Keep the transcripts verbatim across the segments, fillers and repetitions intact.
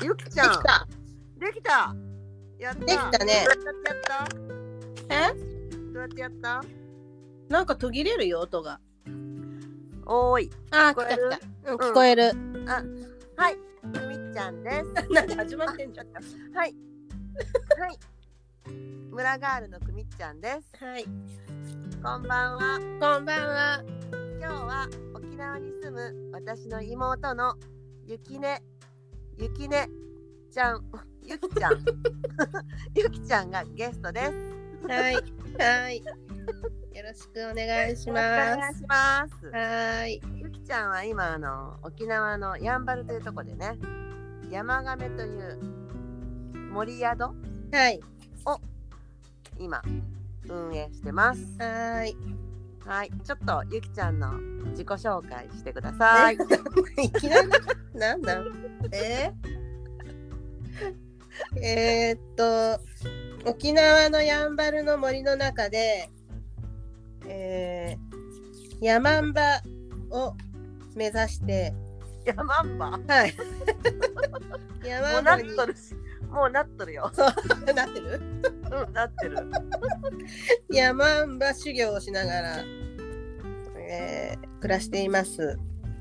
ゆきちゃん。 できた。 できた。やった。 できたね。 どうやってやったえ？ どうやってやったなんか途切れるよ、音が。 おーい。 あー、 聞こえる来た来た。うん、聞こえる。 あ、はい。くみっちゃんです。 なんで始まってんじゃん。 はい。はい。村ガールのくみっちゃんです。 はい。 こんばんは。 こんばんは。 今日は沖縄に住む私の妹のゆきね、ゆきねちゃん、ゆきちゃん、ゆきちゃんがゲストです。 はい。はい。よろしくお願いします。 お願いします。 はい。 ゆきちゃんは今あの沖縄のやんばるというところでね、山亀という森宿はい。 を今運営してます。 はい。 はい、ちょっとゆきちゃんの自己紹介してください。 いきなりなんだえー、えー、っと沖縄のやんばるの森の中で、えー、ヤマンバを目指してヤマンバはいヤマンバにもうなっとるし、もうなっとるよ。 そうなってるうん、なってる。 ヤマンバ修行をしながら、えー、暮らしています。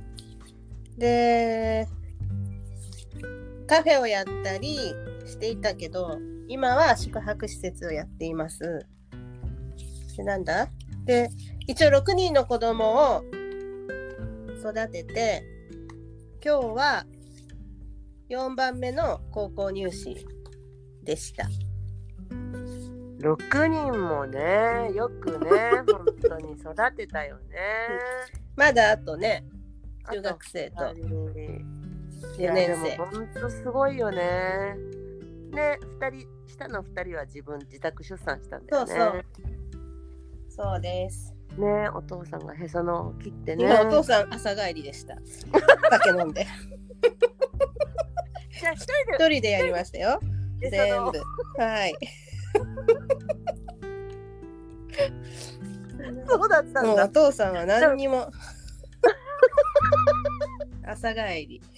でカフェをやったりしていたけど、今は宿泊施設をやっています。でなんだで一応ろくにんの子供を育てて、今日はよんばんめの高校入試でした。 ろくにんもね、よくね、本当に育てたよね。 まだあとね、中学生とよねん生。 本当すごいよね。ね、ふたり、下のふたりは自分自宅出産したんだよね。 そうそう。そうです。 ね、お父さんがへその緒を切ってね。 今お父さん朝帰りでした。酒飲んで。 じゃあ一人で一人でやりましたよ。全部。はい。 そうだったんだ。 もうお父さんは何にも朝帰り。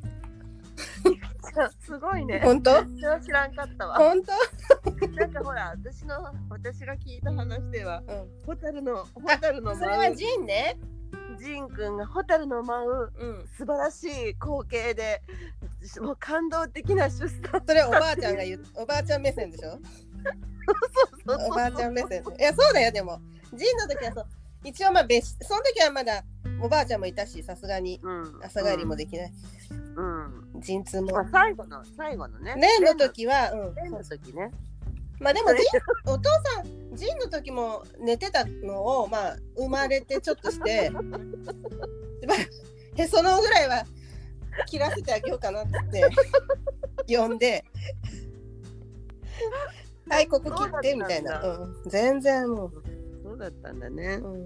すごいね。 本当？ 知らんかったわ。 本当？ なんかほら、私の私が聞いた話では、うん、ホタルのホタルのそれはジンね。 ジンくんがホタルの舞う、うん、素晴らしい光景で、もう感動的な出産。 それおばあちゃんが言う、おばあちゃん目線でしょ。 そうそうそう。 おばあちゃん目線。いやそうだよ。でもジンの時はそう、一応まあ別、その時はまだおばあちゃんもいたし、さすがに朝帰りもできない。うん。うん、陣痛も。 まあ、最後の最後のね。 レンの時は、 うん。レンの時ね。 まあでもジンお父さんジンの時も寝てたのをまあ生まれてちょっとしてへその緒ぐらいは切らせてあげようかなって呼んではいここ切ってみたいな、うん、全然もうそうだったんだね、うん、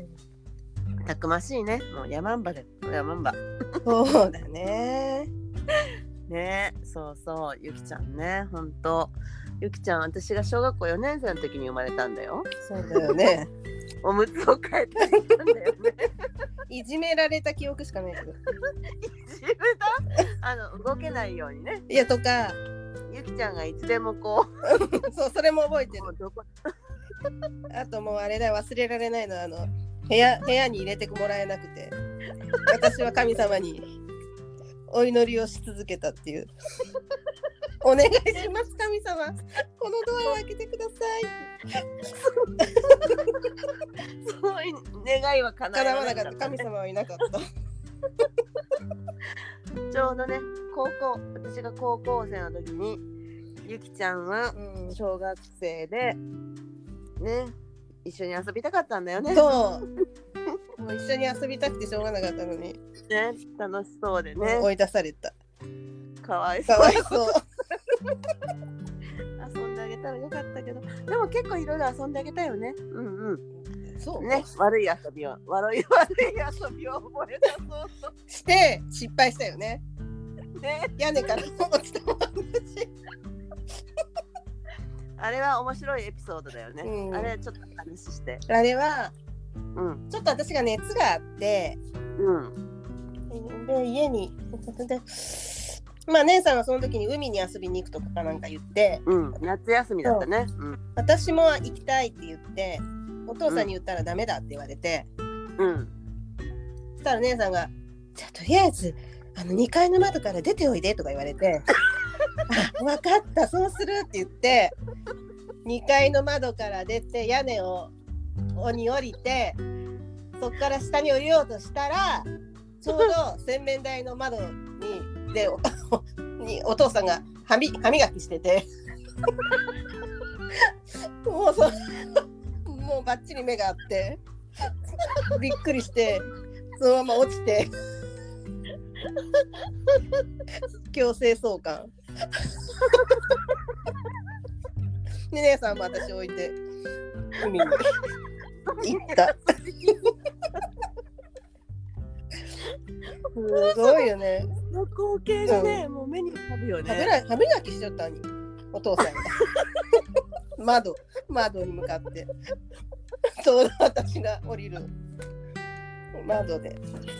たくましいね。もうヤマンバでヤマンバそうだねね、そうそう、ゆきちゃんね、ほんとゆきちゃん、私が小学校よねん生の時に生まれたんだよ。 そうだよねおむつを替えてきたんだよねいじめられた記憶しかないけどいじめたあの動けないようにね。 いやとかゆきちゃんがいつでもこうそう、それも覚えてるあともうあれだよ、忘れられないのはあの部屋、部屋に入れてもらえなくて私は神様にお祈りをし続けたっていうお願いします神様、このドアを開けてくださいそういう願いは叶わなかった。神様はいなかったちょうどね、高校、私が高校生の時にゆきちゃんは小学生で、うん、ね、一緒に遊びたかったんだよね。 そうもう一緒に遊びたくてしょうがなかったのにね、楽しそうでね、 追い出された。 かわいそう。 かわいそう遊んであげたらよかったけど、でも結構いろいろ遊んであげたよね。うんうん。 そうね、悪い遊びを悪い悪い遊びを覚えたそうそうして失敗したよね。 ね、 屋根から落ちたもんだし。 あれは面白いエピソードだよね。うん、あれちょっと話して。 あれは、 うん、 ちょっと私が熱があって、 うん、 で家にまあ姉さんはその時に海に遊びに行くとかなんか言って、 うん、夏休みだったね。うん、 私も行きたいって言って、お父さんに言ったらダメだって言われて、 うん、 そしたら姉さんが、じゃあとりあえずあのにかいの窓から出ておいでとか言われて、あ、分かった、そうするって言って、にかいの窓から出て屋根をに降りて、そこから下に降りようとしたら、ちょうど洗面台の窓にで お, にお父さんが歯 み, 歯磨きしててもうそもうバッチリ目があってびっくりしてそのまま落ちて強制送還で姉さんも私置いて海に行ったすごいよね。 の光景がね、うん、もう目に浮かぶよね。 歯磨きしちゃったにお父さんが窓窓に向かってちょうど私が降りる窓で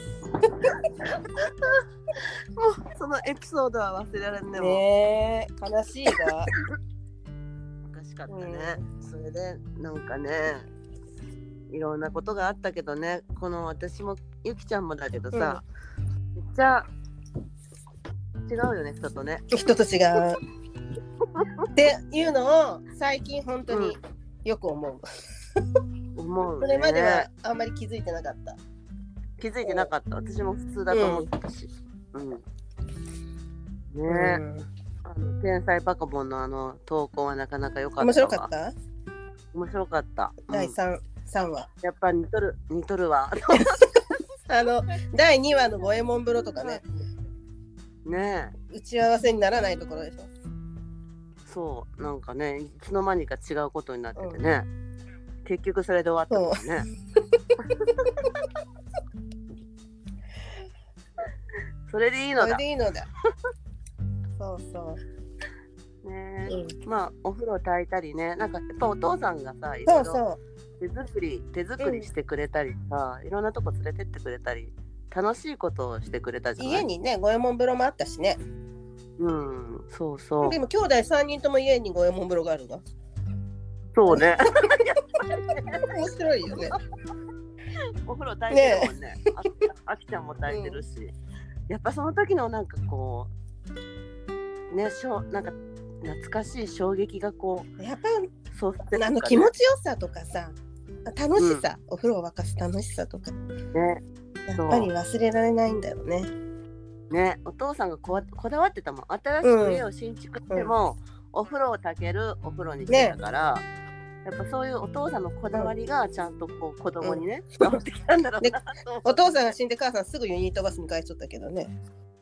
もうそのエピソードは忘れられんね。 ねえ、悲しいがおかしかったね、うん、それでなんかねいろんなことがあったけどね、この私もゆきちゃんもだけどさ、うん、めっちゃ違うよね、人とね。 人と違うっていうのを最近本当によく思う、 うん、思うね。 それまではあんまり気づいてなかった。 気づいてなかった。私も普通だと思ってたし、うん、うん、ねえ、うん、あの天才バカボンのあの投稿はなかなか良かったわ。 面白かった。面白かった、 うん、だいさんわやっぱ似とる似とるわあのだいにわの五右衛門風呂とかね、 ねえ、打ち合わせにならないところでしょ。 そうなんかね、いつの間にか違うことになっててね、うん、結局それで終わったもんねそれでいいのだ。 それでいいのだそうそうね、うん、まあお風呂炊いたりね、なんかやっぱお父さんがさ、いろいろそうそう手作り手作りしてくれたりさ、うん、いろんなとこ連れてってくれたり楽しいことをしてくれたじゃない。 家にね五右衛門風呂もあったしね。 うん、そうそう。 でも兄弟さんにんとも家に五右衛門風呂があるの。 そうね面白いよねお風呂炊いてるもんね。あきちゃんも炊いてるし、うん、やっぱその時のなんかこうね、しょなんか懐かしい衝撃がこうやっぱそうして、 ね、あの気持ちよさとかさ、楽しさ、うん、お風呂を沸かす楽しさとかね、やっぱり忘れられないんだよね。 ね、お父さんがこわこだわってたもん。新しく家を新築しても、うん、お風呂を炊けるお風呂にしてたから、ね、やっぱそういうお父さんのこだわりがちゃんとこう子供にね、伝わってきたんだろうなと。 お父さんが死んで母さんすぐユニットバスに返しちゃったけどね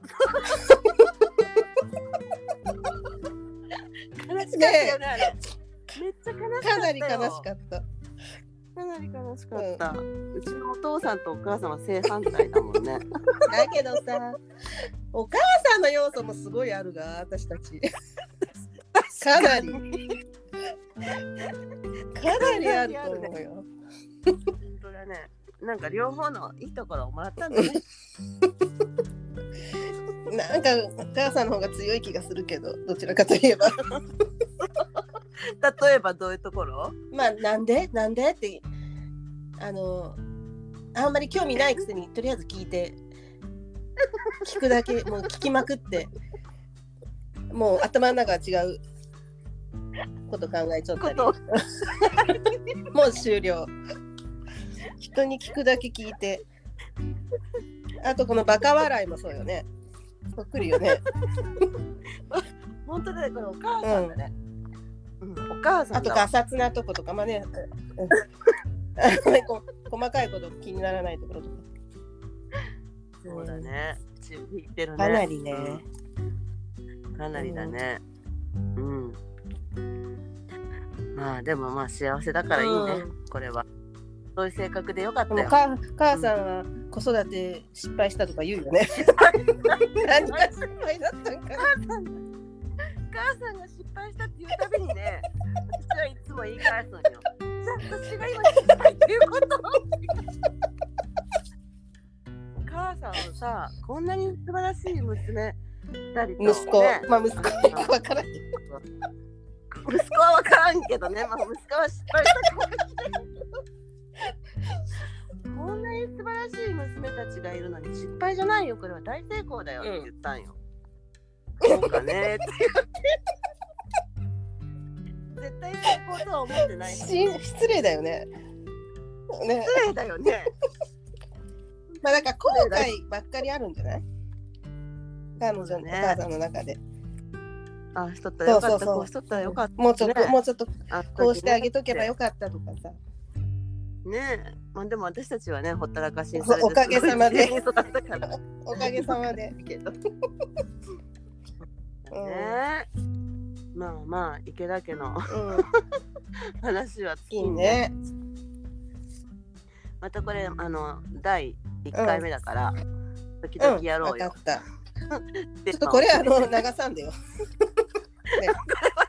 悲しかったよね、あれ。めっちゃ悲しかったよ。 かなり悲しかった。 かなり悲しかった、うん、うちのお父さんとお母さんは正反対だもんねだけどさ、お母さんの要素もすごいあるが、私たちかなりかなりあると思うよ本当だね。なんか両方のいいところをもらったんだねなんかお母さんの方が強い気がするけど、どちらかといえば例えばどういうところ？ まあなんでなんでってあのあんまり興味ないくせにとりあえず聞いて聞くだけもう聞きまくってもう頭の中は違うこと考えちゃったりもう終了。人に聞くだけ聞いて、あとこのバカ笑いもそうよね。そっくりよね本当だね、これお母さんだね、うんうん、お母さんだ。 あとガサツなとことかまあね、うん、細かいこと気にならないところとか。 そうだね、血を引いてるね。 かなりね、 うん、かなりだね、うん、うん、まあでもまあ幸せだからいいね、うん、これはそういう性格でよかったよ。 母さんは子育て失敗したとか言うよね何が失敗だったんかな。 母さん母さんが失敗したって言うたびにね、私はいつも言い返すのよ。じゃあ私が今失敗っていうことお母さんはさ、こんなに素晴らしい娘二人と、ね、 息子、まあ息子はよくわからんけど息子は分からんけどね、まあ、息子は失敗したかもしれないこんなに素晴らしい娘たちがいるのに失敗じゃないよ、これは大成功だよって言ったんよ、うん、そうかねって絶対成功とは思ってないし失礼だよねね失礼だよねまあなんか後悔ばっかりあるんじゃない彼女の、ね、お母さんの中でああしとったらよかった、こうしとったらよかった、ね、 もうちょっともうちょっとこうしてあげとけばよかったとかさねえ、まあ、でも私たちはねほったらかしにされておかげさまで育ったからおかげさまでけどねえ、うん、まあまあ池田家の、うん、話は尽きんね。またこれあのだいいっかいめだから、うん、時々やろうよ、うん、分かったちょっとこれあの流さんでよ、ね、 これは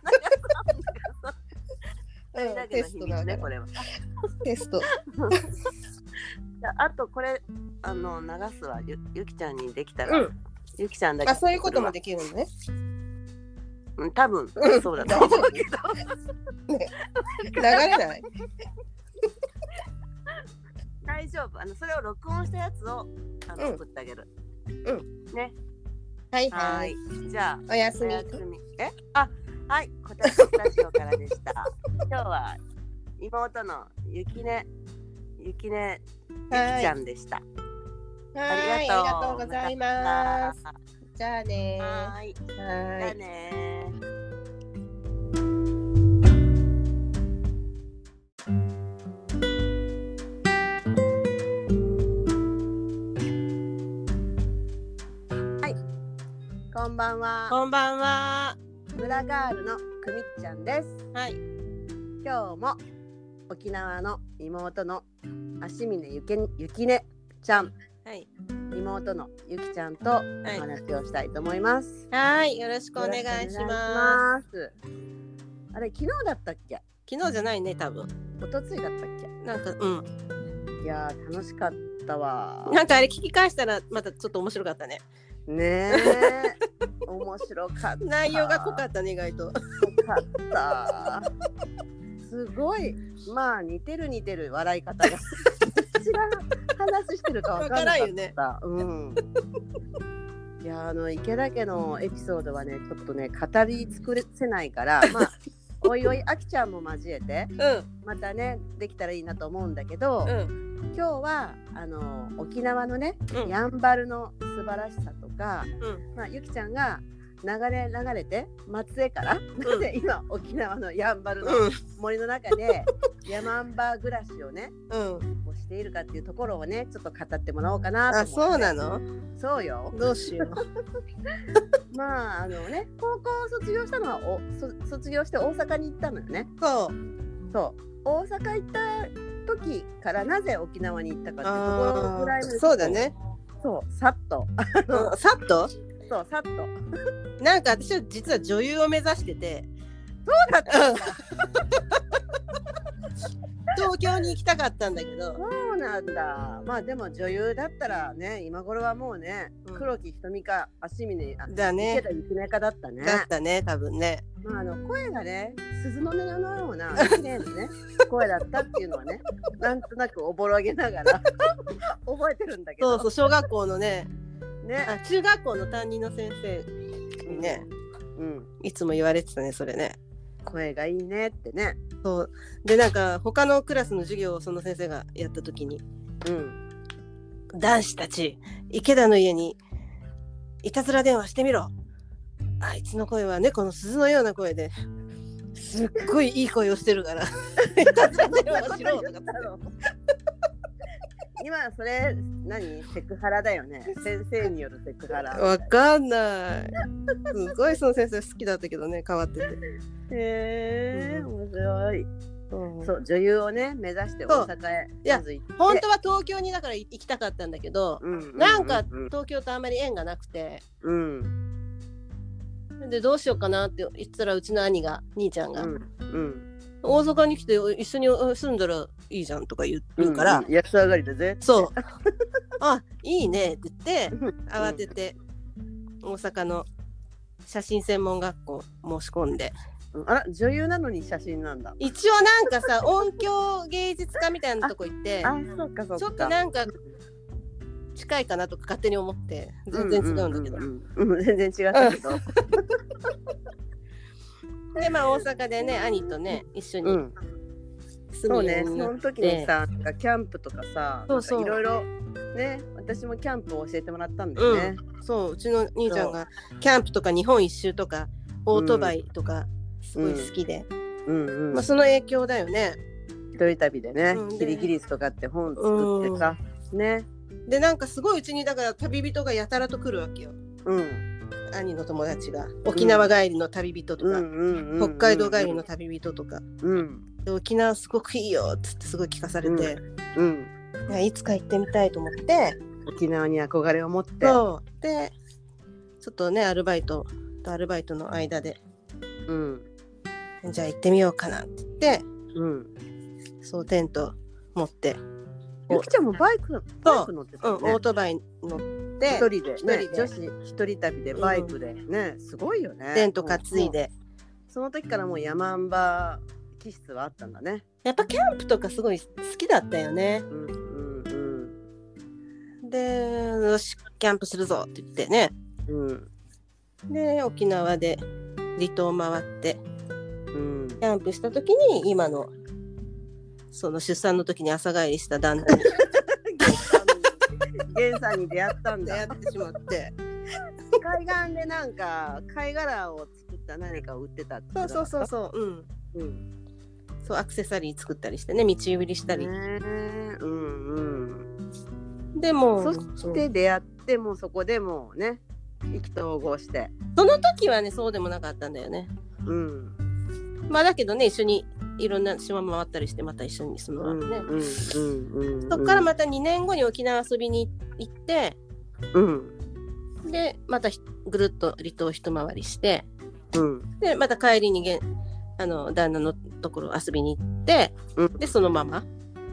流さんテストだねこれはテストあとこれあの流すわ ゆ, ゆきちゃんにできたら、うん、ゆきちゃんだけあそういうこともできるのね、 うん、多分、うん、そうだと思うけど、 ね、流れない大丈夫、あのそれを録音したやつをあの、うん、送ってあげる、うんね、 はいはい、 はいじゃあおやすみ。 えあはい、こたつスタジオからでした今日は妹のゆきねゆきねゆきちゃんでした。 はい、ありがとうございます。じゃあねー。 はい。じゃあねー。はい。こんばんは。 こんばんは。 村ガールのくみっちゃんです。 はい。 今日も沖縄の妹の足峰ゆけゆきねちゃん、はい、妹のゆきちゃんとお話をしたいと思います。 はい、よろしくお願いします。 あれ昨日だったっけ？ 昨日じゃないね、多分。 おとついだったっけ？ なんかうん。 いやー楽しかったわ。 なんかあれ聞き返したらまたちょっと面白かったね。 ねえ面白かった。 内容が濃かったね、意外と。 濃かったすごい、まあ似てる似てる笑い方が違う話してるか分からなかった。よね、うん、いやあの池田家のエピソードはねちょっとね語り尽くせないからまあおいおいあきちゃんも交えて、うん、またねできたらいいなと思うんだけど、うん、今日はあの沖縄のね、うん、やんばるの素晴らしさとか、うんまあ、ゆきちゃんが流れ流れて松江から、うん、で今沖縄のやんばるの森の中で、うん、ヤマンバ暮らしをね、うん、をしているかっていうところをねちょっと語ってもらおうかなと思って。 あ、そうなの？ そうよ。 どうしようまああのね高校を卒業したのはおそ卒業して大阪に行ったのよね。 そうそう大阪行った時からなぜ沖縄に行ったかっていうところぐらいのそうだね。 そうさっとさっとそうさっとなんか私は実は女優を目指してて。 そうだったんだ東京に行きたかったんだけど。 そうなんだ。まあでも女優だったらね今頃はもうね、うん、黒木瞳か足峰だね池田ゆきねかだったね。 だったね多分ね。 まああの声がね鈴の音のような綺麗なね声だったっていうのはねなんとなくおぼろげながら覚えてるんだけど。 そうそう小学校のねねあ中学校の担任の先生にね、うん、いつも言われてたねそれね。 声がいいねってね。 そうでなんか他のクラスの授業をその先生がやった時に、うん、男子たち池田の家にいたずら電話してみろ。あいつの声は猫の鈴のような声ですっごいいい声をしてるからいたずら電話しろとか今それ何セクハラだよね。先生によるセクハラ。 わかんない。すごいその先生好きだったけどね変わってて。 へえ、面白い。うん、そう女優をね目指して大阪へまず行って。 本当は東京にだから行きたかったんだけど、うんうんうんうん、なんか東京とあまり縁がなくて、うん、でどうしようかなって言ったらうちの兄が兄ちゃんが。うんうん大阪に来て一緒に住んだらいいじゃんとか言うから、うんうん、 安上がりだぜそうあいいねって言って慌てて大阪の写真専門学校申し込んで、 あら女優なのに写真なんだ。 一応なんかさ音響芸術家みたいなとこ行ってあ、そうかそうか。 ちょっとなんか近いかなとか勝手に思って全然違うんだけど、 うんうんうんうん、全然違ったけどでまあ大阪でね兄とね一緒に住むようになって、 そうね、その時にさなんかキャンプとかさ、 そうそういろいろね、私もキャンプを教えてもらったんだよね、 うん、そううちの兄ちゃんがキャンプとか日本一周とかオートバイとかすごい好きで、 うんうんうん、 まあ、その影響だよね。 一人旅でね、 うん、 キリギリスとかって本作ってさ、うん、ねでなんかすごいうちにだから旅人がやたらと来るわけよ、 うん、 兄の友達が沖縄帰りの旅人とか、うん、北海道帰りの旅人とか、うん、で沖縄すごくいいよっつってすごい聞かされて、うんうん、いやいつか行ってみたいと思って沖縄に憧れを持って、 そうでちょっとねアルバイトとアルバイトの間で、うん、じゃあ行ってみようかなって言って、うん、そうテント持ってゆきちゃんもバイク、バイク乗ってたよね、 うん、オートバイ乗って一人でね、女子一人旅でバイクでね、うん、すごいよね。 テント担いで、 その時からもう山んば気質はあったんだね。 やっぱキャンプとかすごい好きだったよね。うんうんうん、でよしキャンプするぞって言ってね、うん、で沖縄で離島回って、うん、キャンプした時に今のその出産の時に朝帰りした旦那にゲンさんに出会ったんだ。 出会ってしまって海岸でなんか貝殻を作った何かを売ってたって。 そうそうそうそう、うん、うん、そうアクセサリー作ったりしてね道売りしたり、ね、うんうん、でもそして出会ってもそこでもうね意気投合して、 その時はねそうでもなかったんだよね、うん、まあだけどね一緒にいろんな島回ったりしてまた一緒に住むわけね、うんうんうん、そっからまたにねんごに沖縄遊びに行って、うん、でまたぐるっと離島一回りして、うん、でまた帰りにげあの旦那のところ遊びに行って、うん、でそのまま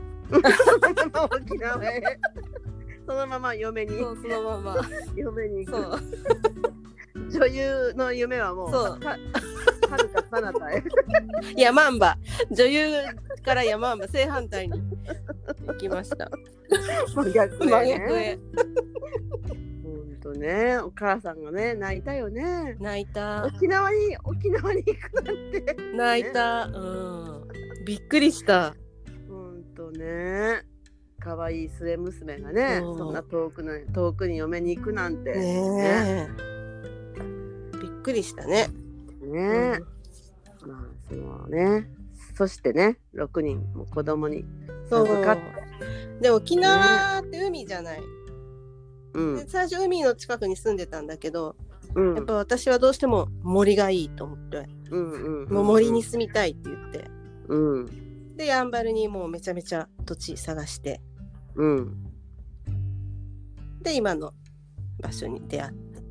沖縄へそのまま嫁にそうそのまま嫁に行く。そう女優の夢はもうそうかはるか彼方へ山んば女優から山んば正反対に行きました真逆へ、ね、真逆へほんとねお母さんがね泣いたよね。 泣いた。 沖縄に沖縄に行くなんて泣いた、ね、うんびっくりした。 ほんとねかわいい末娘がね、うん、そんな遠くの遠くに嫁に行くなんてねえびっくりしたね。 ね、うん、まあそのねそしてねろくにんも子供に授かって、 で沖縄って海じゃない、うん、で最初海の近くに住んでたんだけど、うん、やっぱ私はどうしても森がいいと思って、うんうんうん、もう森に住みたいって言って、うん、でやんばるにもうめちゃめちゃ土地探して、うん、で今の場所に出会って。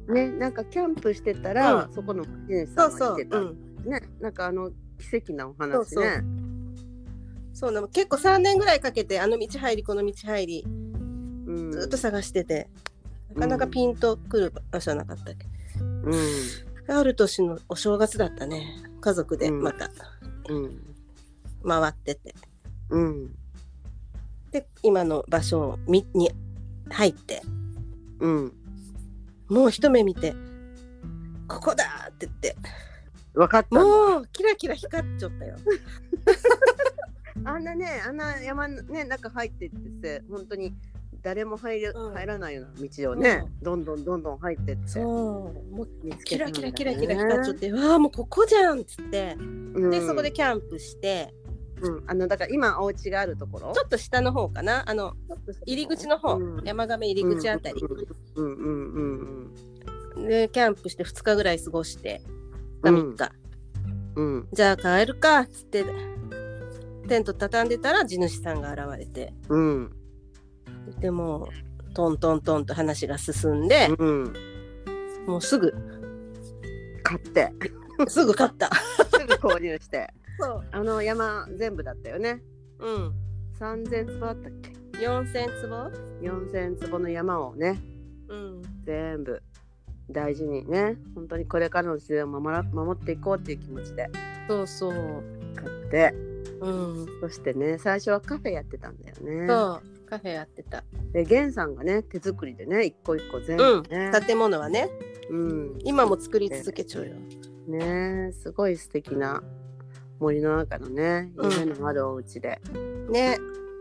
ね、なんかキャンプしてたら、うん、そこの持ち主さんが来てた、そうそう、うん、ね、なんかあの奇跡なお話ね。そうそうそうなの、結構さんねんぐらいかけてあの道入りこの道入り、うん、ずっと探しててなかなかピンとくる場所はなかったけど、うん、ある年のお正月だったね、家族でまた、うん、回ってて、うん、で今の場所に入って、うん、もう一目見てここだって言って分かった。 もうキラキラ光っちゃったよあんなねあんな山ね中入ってって本当に誰も入る、うん、入らないような道をね、うん、どんどんどんどん入ってって、 そうもうキラキラキラキラ光っちゃって、わあもうここじゃんっつって、うん、でそこでキャンプして、 うん、あのだから今お家があるところちょっと下の方かな、あの入り口の方、うん、山亀入り口あたりでキャンプしてふつかぐらい過ごしてみっか、うんうん、じゃあ帰るかっつってテント畳んでたら地主さんが現れて、うん、でもトントントンと話が進んで、うん、もうすぐ買ってすぐ買ったすぐ購入してそうあの山全部だったよね。うん。さんぜんつぼあったっけ？ よんせんつぼ？ よんせんつぼの山をね、うん、全部大事にね、本当にこれからの自然を守ら守っていこうっていう気持ちでそうそう。 買って、 うん。 そしてね、最初はカフェやってたんだよね。 そう、カフェやってた。 で、源さんがね、手作りでね、一個一個全部ね、 うん、建物はね、 うん、 今も作り続けちゃうよ。 ね、すごい素敵な森の中のね、夢のあるお家で、 うん、ね、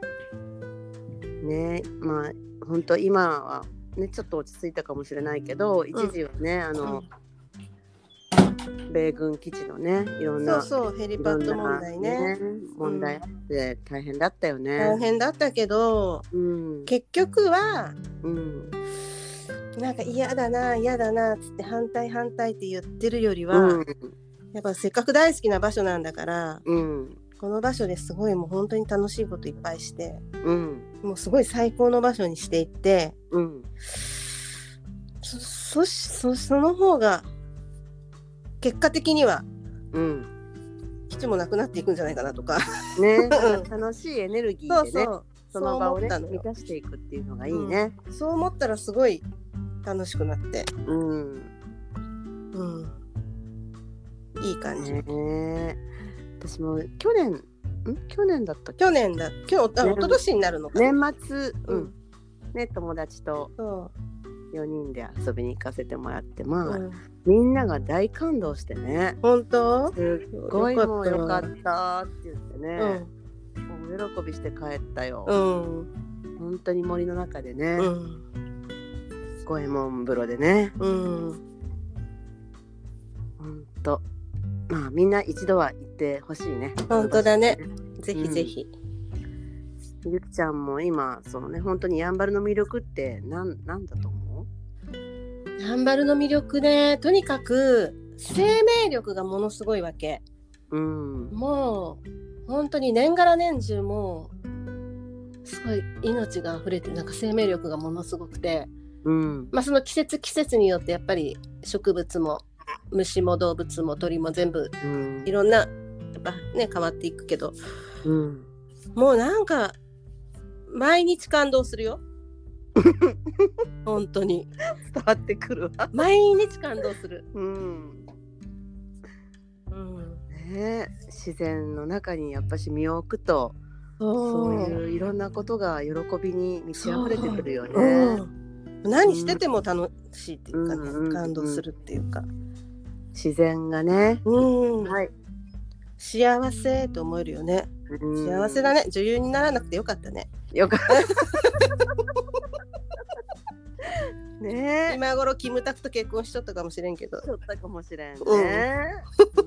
ね、まあ本当今はねちょっと落ち着いたかもしれないけど、一時はね、あの、うん、米軍基地のね、いろんなそうそうヘリパッド問題ね、 問題あって大変だったよね。 大変だったけど、うん、結局は、うん、なんか嫌だな嫌だなっつって反対反対って言ってるよりは、うん、やっぱせっかく大好きな場所なんだから、うん、この場所ですごいもう本当に楽しいこといっぱいして、うん、もうすごい最高の場所にしていって、うん、そ, そ, そ, その方が結果的には、うん、基地もなくなっていくんじゃないかなとかね楽しいエネルギーでねそうそうその場をね満たしていくっていうのがいいね、 うん、そう思ったらすごい楽しくなって、うんうん、いい感じ、 ね、私も去年ん去年だった去年だ今日あ、ね、一昨年になるのか年末、うんね、友達とよにんで遊びに行かせてもらって、まあ、うん、みんなが大感動してね、 本当すっごいもうよかったって言ってね、うん、もう喜びして帰ったよ、うん、本当に森の中でね、うん、五右衛門風呂でね、うん、本当まあみんな一度は行ってほしいね。 本当だね、ぜひぜひ、 うん、ゆきちゃんも今そのね本当にやんばるの魅力ってなんなんだと思う？ やんばるの魅力ね、とにかく生命力がものすごいわけ、うん、もう本当に年がら年中もうすごい命があふれてなんか生命力がものすごくて、うん、まあその季節季節によってやっぱり植物も虫も動物も鳥も全部、うん、いろんなやっぱね変わっていくけど、うん、もうなんか毎日感動するよ本当に伝わってくるわ毎日感動する、うんうんね、自然の中にやっぱし身を置くとそういういろんなことが喜びに満ち溢れてくるよね、うん、 何してても楽しいっていうかね、うん、感動するっていうか、 自然がね、うんはい、幸せと思えるよね、うん、幸せだね、女優にならなくてよかったねよかったね、 今頃キムタクと結婚しちゃったかもしれんけどしちゃったかもしれんね、うん、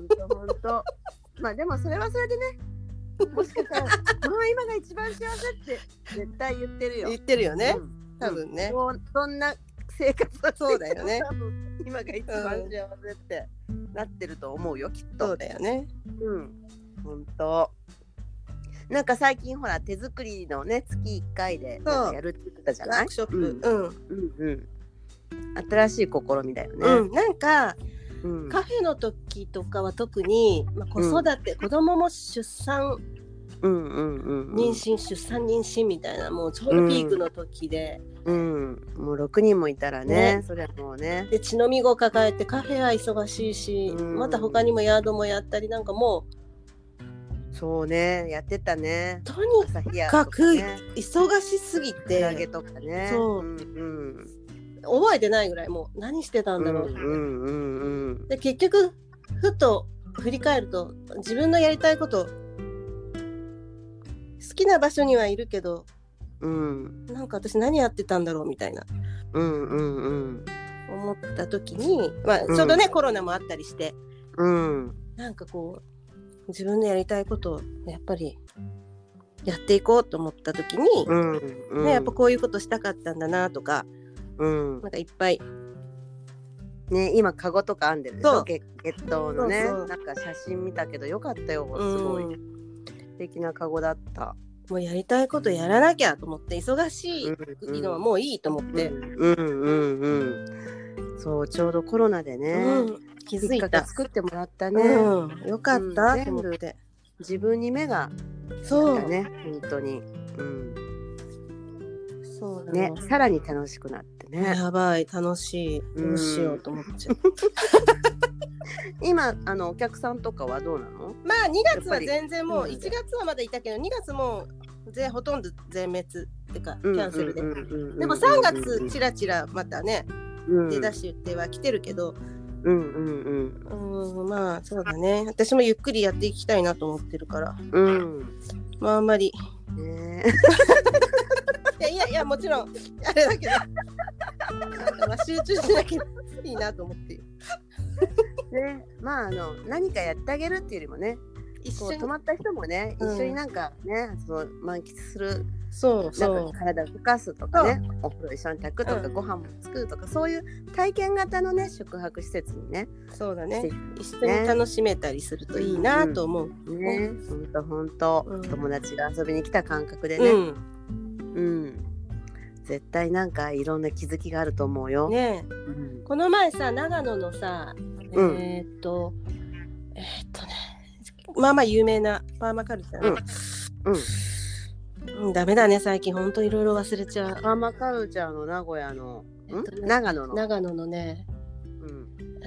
ほんとほんとまあでもそれはそれでねもしかしたらもう今が一番幸せって絶対言ってるよ言ってるよね、うん、多分ね、 うん、そんな生活はそうだよね今が一番幸せってなってると思うよきっとそうだよねうんほんとなんか最近ほら手作りのね月いっかいでなんかやるって言ってたじゃない？ ワークショップ、うん、うんうんうん新しい試みだよね、 うん、なんか、うん、カフェの時とかは特に、まあ、子育て、うん、子供も出産、うんうんうんうん、妊娠出産妊娠みたいなもうちょうどピークの時で、 うんうん、もうろくにんもいたら ね, ねそれはもうねで血のみご抱えてカフェは忙しいし、うん、また他にも宿もやったりなんかもうそうねやってたねとにかく忙しすぎて唐揚げとかねそう、うんうん覚えてないぐらいもう何してたんだろうって、うんうんうん、で結局ふと振り返ると自分のやりたいこと好きな場所にはいるけど、うん、なんか私何やってたんだろうみたいな、うんうんうん、思った時に、まあ、ちょうどね、うん、コロナもあったりして、うん、なんかこう自分のやりたいことをやっぱりやっていこうと思った時に、うんうんね、やっぱこういうことしたかったんだなとかうん、なんかいっぱいね今カゴとかあんでるでしょ月桃のねそうそうなんか写真見たけどよかったよすごい、うん、素敵なカゴだったもうやりたいことやらなきゃと思って忙しいのはもういいと思って、うんうんうんうん、そうちょうどコロナでね、うん、 気づいた作ってもらったね、 うん、よかったと思って、 うん、自分に目がそうね本当に、うん、 そうねさらに楽しくなってね。 やばい、楽しい。どうしようと思っちゃう。 今あのお客さんとかはどうなの？ まあにがつは全然もう、 やっぱりいちがつはまだいたけど、にがつもう全ほとんど全滅ってかキうんャンセルで。 うんうんうんうん、 でもさんがつちらちらまたね、 うん、 出だしっては来てるけど、 うんうんうん、 うん、まあそうだね。私もゆっくりやっていきたいなと思ってるから、 うん、 まああんまり。 ね、 いやいやいや、もちろんあれだけど、なんかまあ集中しなきゃいいなと思ってる。 ね、まああの何かやってあげるっていうよりもね、 一緒にこう泊まった人もね、 うん、 一緒になんかね、その満喫する、 そうそう、 なんか体を動かすとかね、お風呂一緒に炊くとか、 うん、 ご飯も作るとか、そういう体験型のね宿泊施設にね、 そうだね、 ね、 一緒に楽しめたりするといいなと思う。 うん、ね、ほんとほんと、 うん、 友達が遊びに来た感覚でね、 うん、 うん、絶対なんかいろんな気づきがあると思うよ。 ね、 うん、 この前さ、長野のさ、 うん、 えー、っとえー、っとね、まあまあ有名なパーマカルチャーの、うんうん、ダメだね最近ほんといろいろ忘れちゃう。 パーマカルチャーの名古屋の、 えっとね、 長野の長野のね、 うん、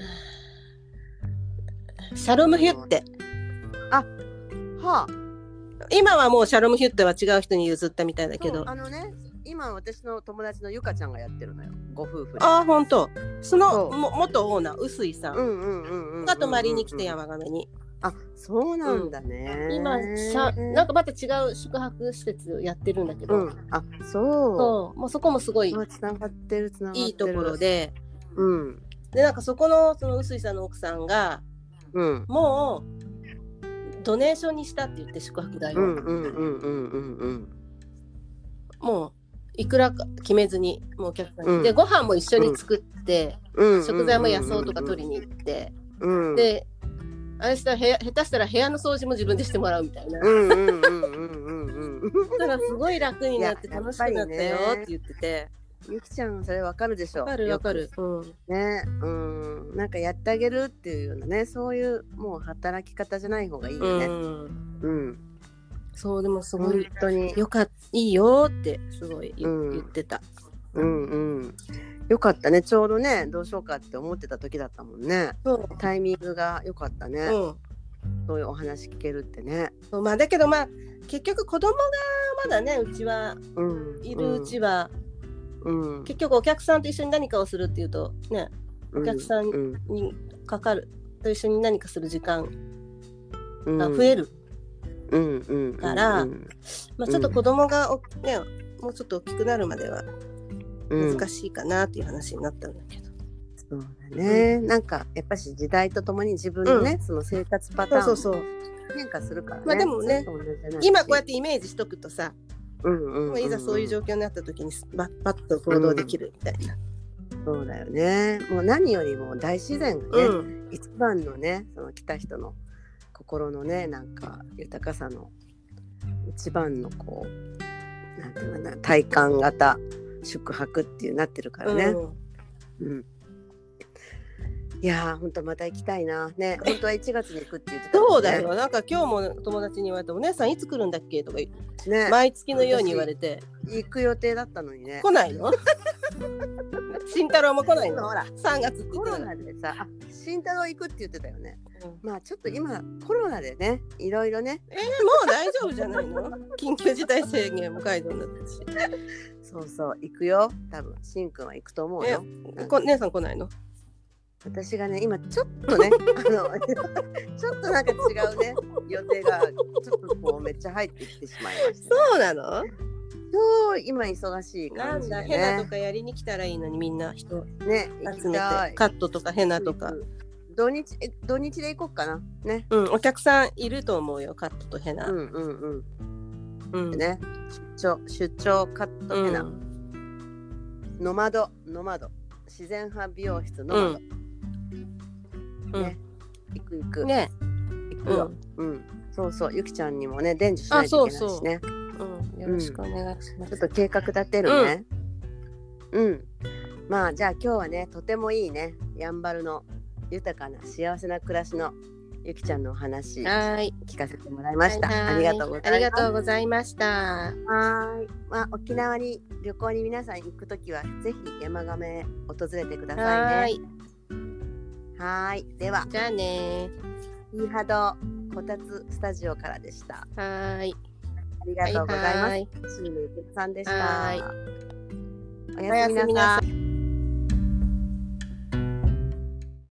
シャロムヒュッテ。 あ、はあ、 今はもうシャロムヒュッテは違う人に譲ったみたいだけど、 あのね、今私の友達のゆかちゃんがやってるのよ、ご夫婦で。 ああほんと、そのそうも元オーナー臼井さんが泊まりに来て山亀に。 あ、そうなんだね。 うん、今さなんかまた違う宿泊施設をやってるんだけど、うん、 あ、そうそう、もうそこもすごいつながってるつながってるいいところで、 うん、 でなんかそこのその臼井さんの奥さんが、うん、もうドネーションにしたって言って宿泊代を、うんうんうんうんうん、もういくらか決めずにもうお客さんに、うん、でご飯も一緒に作って、うん、食材も野草とか取りに行って、うん、であれしたら部屋下手したら部屋の掃除も自分でしてもらうみたいな。だからすごい楽になって楽しくなったよって言ってて。 ゆきちゃんそれわかるでしょ。 わかるわかる。 うん、ね、うん、なんかやってあげるっていうようなね、そういうもう働き方じゃない方がいいよね。うん。うん、 そうでもすごい本当によかったいいよってすごい言、 うん、 言ってた。 うんうん。よかったね、ちょうどねどうしようかって思ってた時だったもんね。タイミングが良かったね、うん、そういうお話聞けるってね。 そう、まあ、だけどまあ結局子供がまだねうちは、うん、いるうちは、うん、結局お客さんと一緒に何かをするっていうとね、お客さんにかかる、うん、と一緒に何かする時間が増えるから、まあ、ちょっと子供がお、ね、もうちょっと大きくなるまでは難しいかなっていう話になったんだけど、 うん、そうだね、うん、なんかやっぱし時代とともに自分のね、うん、その生活パターンそうそうそう変化するからね。 まあでもね今こうやってイメージしとくとさ、うんうんうんうん、いざそういう状況になった時にバッパッと行動できるみたいな、 うん、そうだよね。もう何よりも大自然がね、うん、一番のねその来た人の心のねなんか豊かさの一番のこうなんていうかな体感型宿泊っていうなってるからね、うんうん、いやーほんとまた行きたいなね。本当はいちがつに行くって言ってた、ね、 そうだよ。なんか今日も友達に言われてお姉さんいつ来るんだっけとか言って、ね、毎月のように言われて行く予定だったのにね。 来ないの慎太郎も来ないの。 ほらさんがつって言ってた。 コロナでさあ慎太郎行くって言ってたよね、うん、まあちょっと今コロナでねいろいろねえー、もう大丈夫じゃないの緊急事態宣言も解除になったしそうそう行くよ多分しんくんは行くと思うよ。 こ姉さん来ないの？ 私がね今ちょっとねあのちょっとなんか違うね予定がちょっとこうめっちゃ入ってきてしまいました、ね、 そうなの？ そう今忙しい感じで、ね、 なんだヘナとかやりに来たらいいのにみんな人ね集めてカットとかヘナとか土日土日で行こうかなね、 うん、お客さんいると思うよカットとヘナ、 うんうんうんうん、でね出張出張カットヘナ、うん、ノマドノマド自然派美容室ノマド、うん、ね、うん、行く行くね行くよ、うん、うん、そうそうゆきちゃんにもね伝授しないといけないしね。 そうそううん、よろしくお願いします、 うん、ちょっと計画立てるね、うん、うん、まあじゃあ今日はねとてもいいねやんばるの豊かな幸せな暮らしのゆきちゃんのお話はい聞かせてもらいました。 はいはいありがとうございます。 ありがとうございました。 はい、まあ、沖縄に旅行に皆さん行くときはぜひ山亀訪れてくださいね。はい、ではじゃあね。 イーハドこたつスタジオからでした。 はい。 ありがとうございます。 はいはいシールゆきさんでした。 はいおやすみなさい。